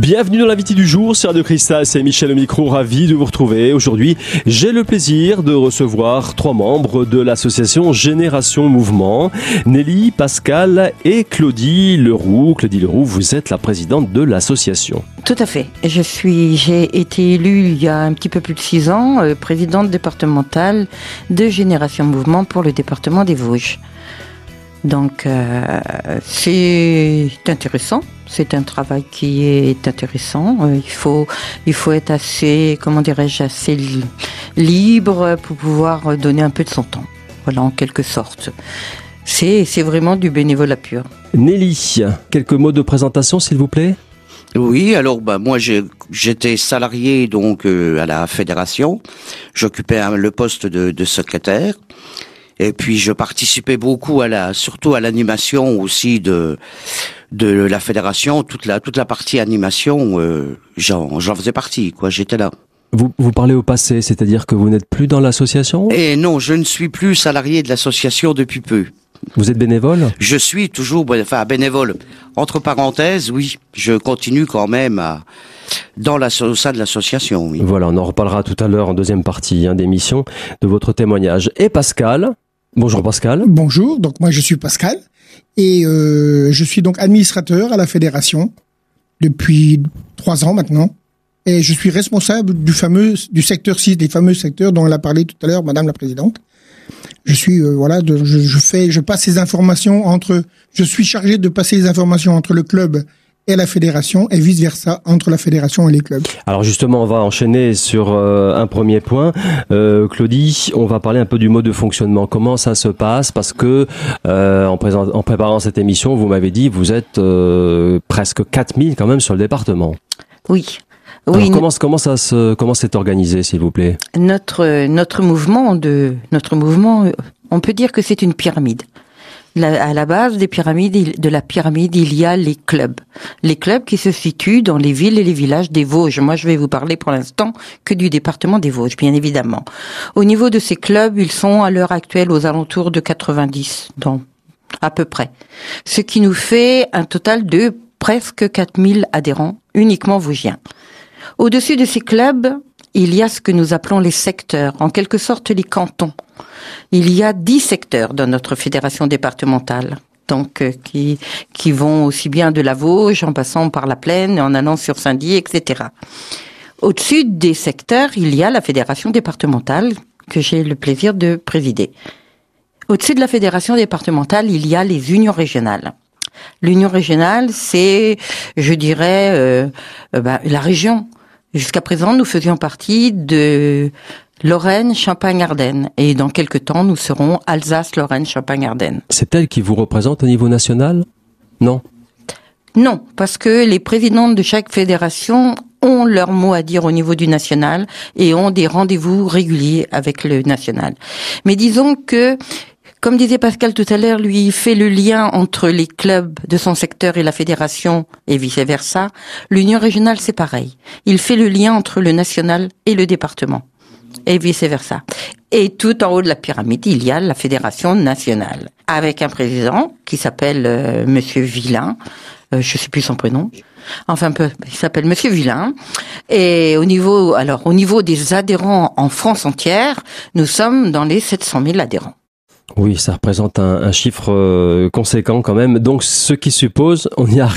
Bienvenue dans l'invité du jour, c'est Radio Cristal, c'est Michel au micro, ravi de vous retrouver. Aujourd'hui, j'ai le plaisir de recevoir 3 membres de l'association Génération Mouvement, Nelly, Pascal et Claudie Leroux. Claudie Leroux, vous êtes la présidente de l'association. Tout à fait. J'ai été élue il y a un petit peu plus de 6 ans, présidente départementale de Génération Mouvement pour le département des Vosges. Donc, c'est intéressant. C'est un travail qui est intéressant. Il faut être assez, assez libre pour pouvoir donner un peu de son temps. Voilà, en quelque sorte. C'est vraiment du bénévolat pur. Nelly, quelques mots de présentation, s'il vous plaît. Oui, alors moi j'étais salarié donc à la fédération. J'occupais le poste de secrétaire. Et puis je participais beaucoup surtout à l'animation aussi de la fédération, toute la partie animation, j'en faisais partie, quoi, j'étais là. Vous parlez au passé, c'est-à-dire que vous n'êtes plus dans l'association ? Et non, je ne suis plus salarié de l'association depuis peu. Vous êtes bénévole ? Je suis toujours, bénévole. Entre parenthèses, oui, je continue quand même au sein de l'association, oui. Voilà, on en reparlera tout à l'heure en deuxième partie d'émission de votre témoignage. Et Pascal ? Bonjour Pascal. Bonjour, donc moi je suis Pascal et je suis donc administrateur à la fédération depuis 3 ans maintenant et je suis responsable du secteur 6, des fameux secteurs dont elle a parlé tout à l'heure Madame la Présidente. Je suis je passe les informations je suis chargé de passer les informations entre le club et la fédération et vice-versa entre la fédération et les clubs. Alors justement, on va enchaîner sur un premier point. Claudie, on va parler un peu du mode de fonctionnement. Comment ça se passe ? Parce que en préparant cette émission, vous m'avez dit vous êtes presque 4000 quand même sur le département. Oui. Alors, comment c'est organisé, s'il vous plaît ? Notre mouvement, on peut dire que c'est une pyramide. À la base de la pyramide, il y a les clubs. Les clubs qui se situent dans les villes et les villages des Vosges. Moi, je vais vous parler pour l'instant que du département des Vosges, bien évidemment. Au niveau de ces clubs, ils sont à l'heure actuelle aux alentours de 90, à peu près. Ce qui nous fait un total de presque 4000 adhérents, uniquement vosgiens. Au-dessus de ces clubs, il y a ce que nous appelons les secteurs, en quelque sorte les cantons. Il y a 10 secteurs dans notre fédération départementale, donc qui vont aussi bien de la Vosges en passant par la Plaine, en allant sur Saint-Dié, etc. Au-dessus des secteurs, il y a la fédération départementale que j'ai le plaisir de présider. Au-dessus de la fédération départementale, il y a les unions régionales. L'union régionale, c'est, je dirais, la région. Jusqu'à présent, nous faisions partie de Lorraine, Champagne-Ardenne. Et dans quelques temps, nous serons Alsace, Lorraine, Champagne-Ardenne. C'est elle qui vous représente au niveau national ? Non ? Non, parce que les présidentes de chaque fédération ont leur mot à dire au niveau du national et ont des rendez-vous réguliers avec le national. Mais disons que, comme disait Pascal tout à l'heure, lui, il fait le lien entre les clubs de son secteur et la fédération et vice-versa. L'union régionale, c'est pareil. Il fait le lien entre le national et le département et vice-versa. Et tout en haut de la pyramide, il y a la fédération nationale avec un président qui s'appelle Monsieur Villain. Je sais plus son prénom. Enfin, il s'appelle Monsieur Villain. Et au niveau des adhérents en France entière, nous sommes dans les 700 000 adhérents. Oui, ça représente un chiffre conséquent quand même. Donc, ce qui suppose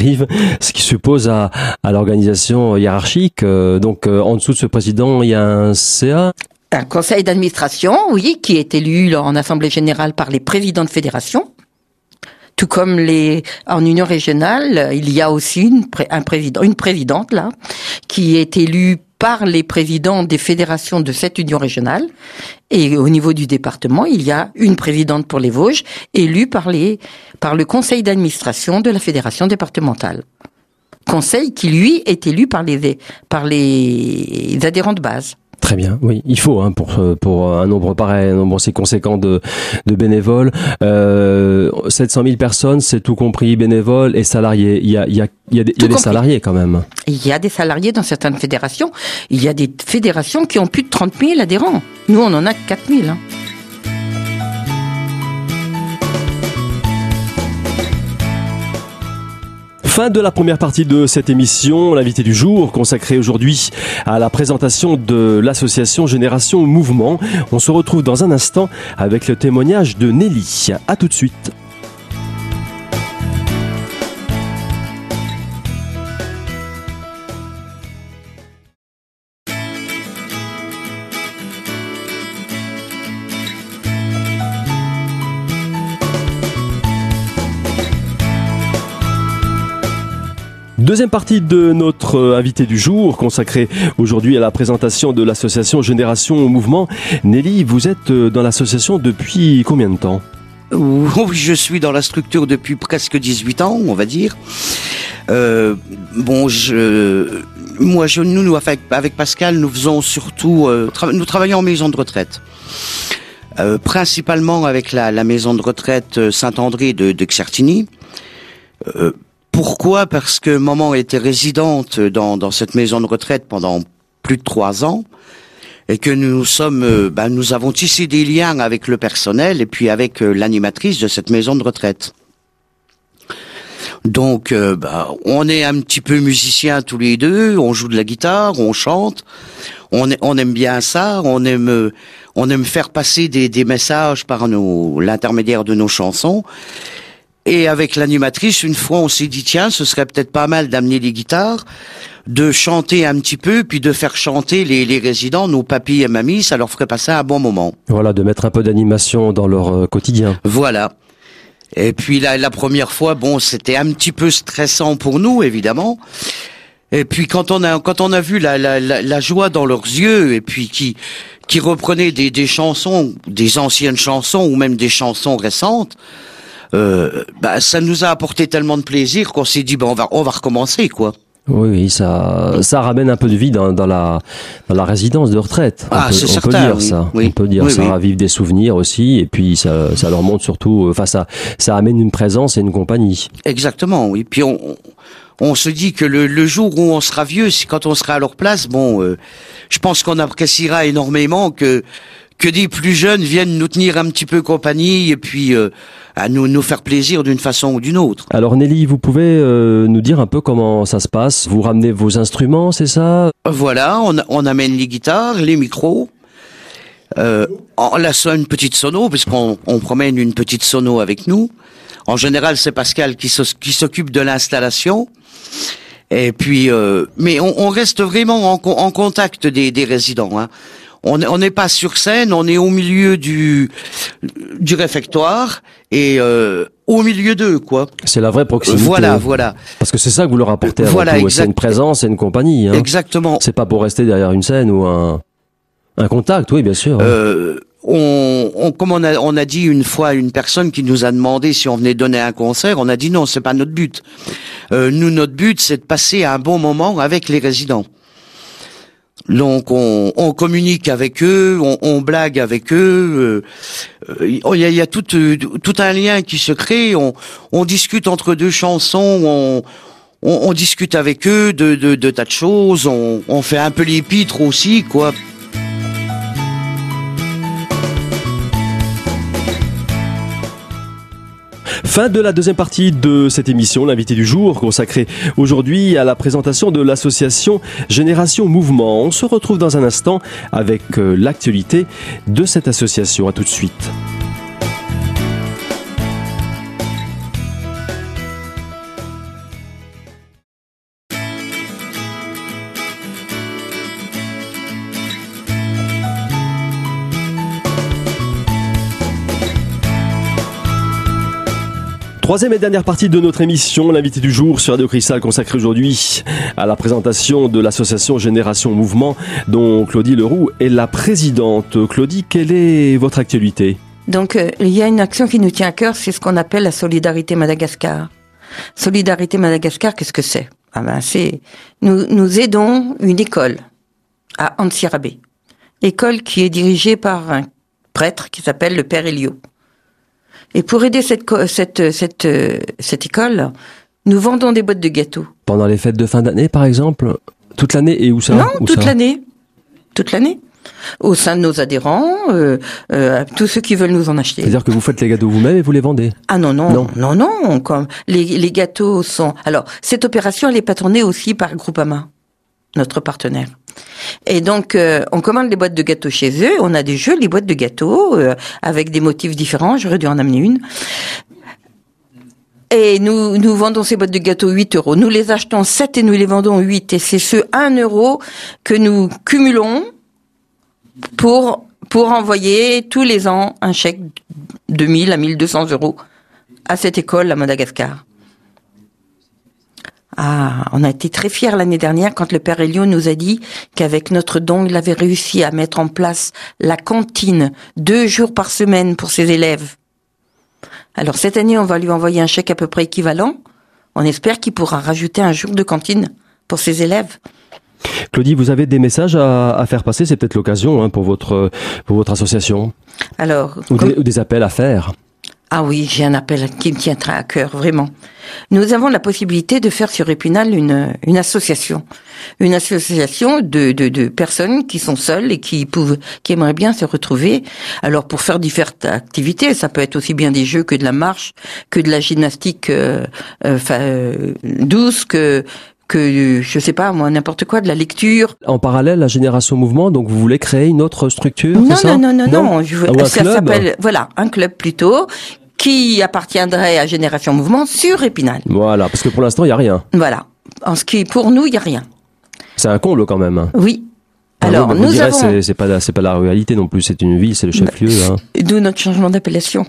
à l'organisation hiérarchique. En dessous de ce président, il y a un CA. Un conseil d'administration, oui, qui est élu en assemblée générale par les présidents de fédération. Tout comme en union régionale, il y a aussi une présidente là, qui est élue par les présidents des fédérations de cette union régionale. Et au niveau du département, il y a une présidente pour les Vosges, élue par le conseil d'administration de la fédération départementale. Conseil qui, lui, est élu par les adhérents de base. Très bien, oui, il faut pour un nombre pareil, un nombre aussi conséquent de bénévoles. 700 000 personnes, c'est tout compris bénévoles et salariés. Il y a des salariés quand même. Il y a des salariés dans certaines fédérations. Il y a des fédérations qui ont plus de 30 000 adhérents. Nous, on en a 4 000. Fin de la première partie de cette émission, l'invité du jour consacré aujourd'hui à la présentation de l'association Génération Mouvement. On se retrouve dans un instant avec le témoignage de Nelly. À tout de suite. Deuxième partie de notre invité du jour, consacrée aujourd'hui à la présentation de l'association Génération Mouvement. Nelly, vous êtes dans l'association depuis combien de temps ? Oui, je suis dans la structure depuis presque 18 ans, on va dire. Nous, avec Pascal, nous faisons surtout, nous travaillons en maison de retraite. Principalement avec la maison de retraite Saint-André de Xertigny. Pourquoi ? Parce que maman était résidente dans cette maison de retraite pendant plus de 3 ans et que nous avons tissé des liens avec le personnel et puis avec l'animatrice de cette maison de retraite. Donc, on est un petit peu musiciens tous les deux, on joue de la guitare, on chante, on aime bien ça, on aime faire passer des messages par l'intermédiaire de nos chansons. Et avec l'animatrice, une fois, on s'est dit, tiens, ce serait peut-être pas mal d'amener les guitares, de chanter un petit peu, puis de faire chanter les résidents, nos papis et mamies, ça leur ferait passer un bon moment. Voilà, de mettre un peu d'animation dans leur quotidien. Voilà. Et puis la première fois, c'était un petit peu stressant pour nous, évidemment. Et puis quand on a vu la joie dans leurs yeux, et puis qui reprenaient des chansons, des anciennes chansons, ou même des chansons récentes, ça nous a apporté tellement de plaisir qu'on s'est dit on va recommencer, quoi. Oui, ça ramène un peu de vie dans la résidence de retraite. C'est certain. On peut dire ça. Oui. On peut dire ça ravive des souvenirs aussi, et puis ça leur montre surtout. Ça amène une présence et une compagnie. Exactement. Oui. Puis on se dit que le jour où on sera vieux, c'est quand on sera à leur place. Je pense qu'on appréciera énormément que des plus jeunes viennent nous tenir un petit peu compagnie et puis à nous faire plaisir d'une façon ou d'une autre. Alors Nelly, vous pouvez nous dire un peu comment ça se passe ? Vous ramenez vos instruments, c'est ça ? Voilà, on amène les guitares, les micros, une petite sono, parce qu'on promène une petite sono avec nous. En général, c'est Pascal qui s'occupe de l'installation. Et puis, mais on reste vraiment en contact des résidents, hein. On n'est pas sur scène, on est au milieu du réfectoire et au milieu d'eux, quoi. C'est la vraie proximité. Voilà. Parce que c'est ça que vous leur apportez avant tout. C'est une présence et une compagnie. Hein. Exactement. C'est pas pour rester derrière une scène ou un contact, oui, bien sûr. Comme on a dit une fois à une personne qui nous a demandé si on venait donner un concert, on a dit non, c'est pas notre but. Nous, notre but, c'est de passer un bon moment avec les résidents. Donc on communique avec eux, on blague avec eux. Il y a tout un lien qui se crée. On discute entre deux chansons. On discute avec eux de tas de choses. On fait un peu l'épître aussi, quoi. Fin de la deuxième partie de cette émission, l'invité du jour, consacré aujourd'hui à la présentation de l'association Génération Mouvement. On se retrouve dans un instant avec l'actualité de cette association. À tout de suite. Troisième et dernière partie de notre émission, l'invité du jour sur Radio Cristal, consacré aujourd'hui à la présentation de l'association Génération Mouvement, dont Claudie Leroux est la présidente. Claudie, quelle est votre actualité ? Donc, il y a une action qui nous tient à cœur, c'est ce qu'on appelle la Solidarité Madagascar. Solidarité Madagascar, qu'est-ce que c'est ? Nous aidons une école à Antsirabe. École qui est dirigée par un prêtre qui s'appelle le Père Elio. Et pour aider cette école, nous vendons des boîtes de gâteaux. Pendant les fêtes de fin d'année, par exemple ? Toute l'année et où ça ? Non, toute l'année. Toute l'année. au sein de nos adhérents, à tous ceux qui veulent nous en acheter. C'est-à-dire que vous faites les gâteaux vous-même et vous les vendez? Ah non. Comme les gâteaux sont. Alors cette opération, elle est patronnée aussi par Groupama, notre partenaire. Et donc on commande les boîtes de gâteaux chez eux. On a des jolies boîtes de gâteaux avec des motifs différents. J'aurais dû en amener une. Et nous vendons ces boîtes de gâteaux 8 €. Nous les achetons 7 et nous les vendons 8. Et c'est ce 1 € que nous cumulons pour envoyer tous les ans un chèque de 1000 à 1200 € à cette école à Madagascar. Ah, on a été très fiers l'année dernière quand le Père Elio nous a dit qu'avec notre don, il avait réussi à mettre en place la cantine 2 jours par semaine pour ses élèves. Alors cette année, on va lui envoyer un chèque à peu près équivalent. On espère qu'il pourra rajouter un jour de cantine pour ses élèves. Claudie, vous avez des messages à faire passer, c'est peut-être l'occasion pour votre association. Alors, ou des appels à faire. Ah oui, j'ai un appel qui me tiendra à cœur, vraiment. Nous avons la possibilité de faire sur Épinal une association. Une association de personnes qui sont seules et qui aimeraient bien se retrouver. Alors, pour faire différentes activités, ça peut être aussi bien des jeux que de la marche, que de la gymnastique douce, que je sais pas moi, n'importe quoi, de la lecture. En parallèle, la Génération Mouvement, donc vous voulez créer une autre structure, c'est ça? Non. Ça s'appelle, voilà, un club plutôt, qui appartiendrait à Génération Mouvement sur Épinal. Voilà, parce que pour l'instant, il n'y a rien. Voilà. Pour nous, il n'y a rien. C'est un comble quand même. Oui. Alors, nous avons... c'est pas la ruralité non plus, c'est une ville, c'est le chef-lieu. D'où notre changement d'appellation.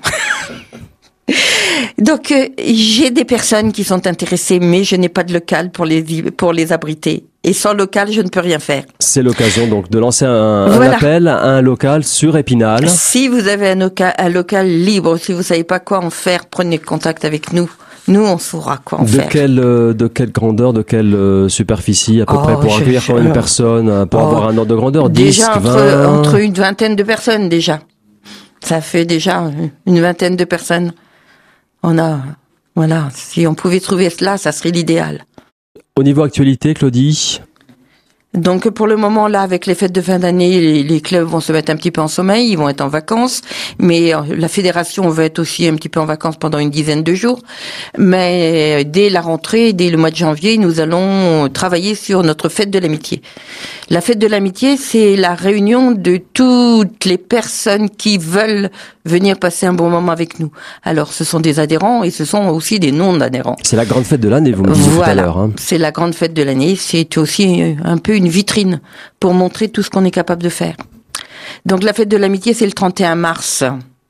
Donc, j'ai des personnes qui sont intéressées, mais je n'ai pas de local pour les abriter. Et sans local, je ne peux rien faire. C'est l'occasion donc de lancer un appel à un local sur Épinal. Si vous avez un local libre, si vous savez pas quoi en faire, prenez contact avec nous. Nous, on saura quoi en faire. De quelle grandeur, de quelle superficie à peu près pour accueillir combien de personnes, pour avoir un ordre de grandeur? Déjà 10, 20... entre une vingtaine de personnes déjà. Ça fait déjà une vingtaine de personnes. Voilà, si on pouvait trouver cela, ça serait l'idéal. Au niveau actualité, Claudie? Donc pour le moment là, avec les fêtes de fin d'année, les clubs vont se mettre un petit peu en sommeil, ils vont être en vacances, mais la fédération va être aussi un petit peu en vacances pendant une dizaine de jours. Mais dès la rentrée, dès le mois de janvier, nous allons travailler sur notre fête de l'amitié. La fête de l'amitié, c'est la réunion de toutes les personnes qui veulent venir passer un bon moment avec nous. Alors ce sont des adhérents et ce sont aussi des non-adhérents. C'est la grande fête de l'année, vous me disiez tout à l'heure. C'est la grande fête de l'année, c'est aussi un peu une vitrine pour montrer tout ce qu'on est capable de faire. Donc la fête de l'amitié, c'est le 31 mars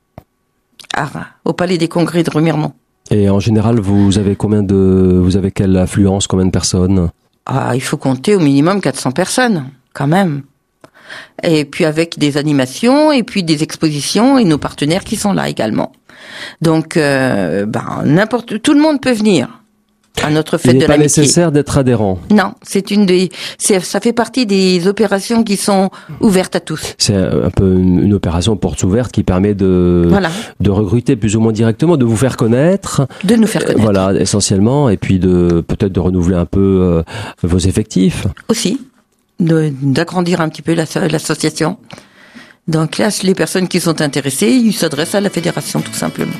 au Palais des Congrès de Remiremont. Et en général, vous avez quelle affluence, combien de personnes? Il faut compter au minimum 400 personnes, quand même. Et puis avec des animations, et puis des expositions, et nos partenaires qui sont là également. Donc, tout le monde peut venir à notre fête de l'amitié. Il n'est pas nécessaire d'être adhérent. Non, ça fait partie des opérations qui sont ouvertes à tous. C'est un peu une opération portes ouvertes qui permet de recruter plus ou moins directement, de vous faire connaître. De nous faire connaître. Voilà, essentiellement, et puis peut-être de renouveler un peu vos effectifs. Aussi, d'agrandir un petit peu l'association. Donc là, les personnes qui sont intéressées, ils s'adressent à la fédération tout simplement.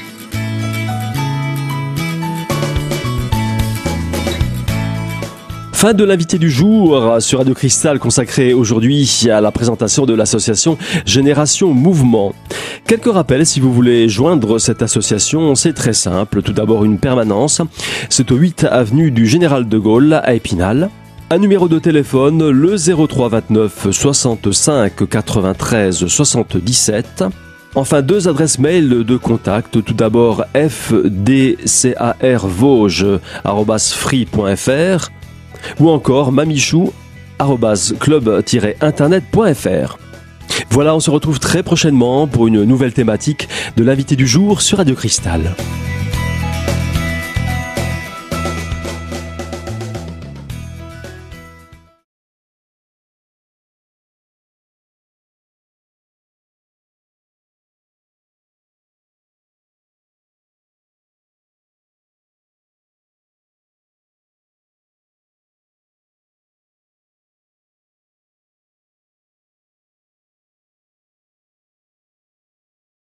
Fin de l'invité du jour sur Radio Cristal, consacré aujourd'hui à la présentation de l'association Génération Mouvement. Quelques rappels si vous voulez joindre cette association, c'est très simple. Tout d'abord une permanence, c'est au 8 avenue du Général de Gaulle à Épinal. Un numéro de téléphone, le 03 29 65 93 77. Enfin, 2 adresses mail de contact. Tout d'abord fdcarvauge@free.fr ou encore mamichou@club-internet.fr. Voilà, on se retrouve très prochainement pour une nouvelle thématique de l'invité du jour sur Radio Cristal.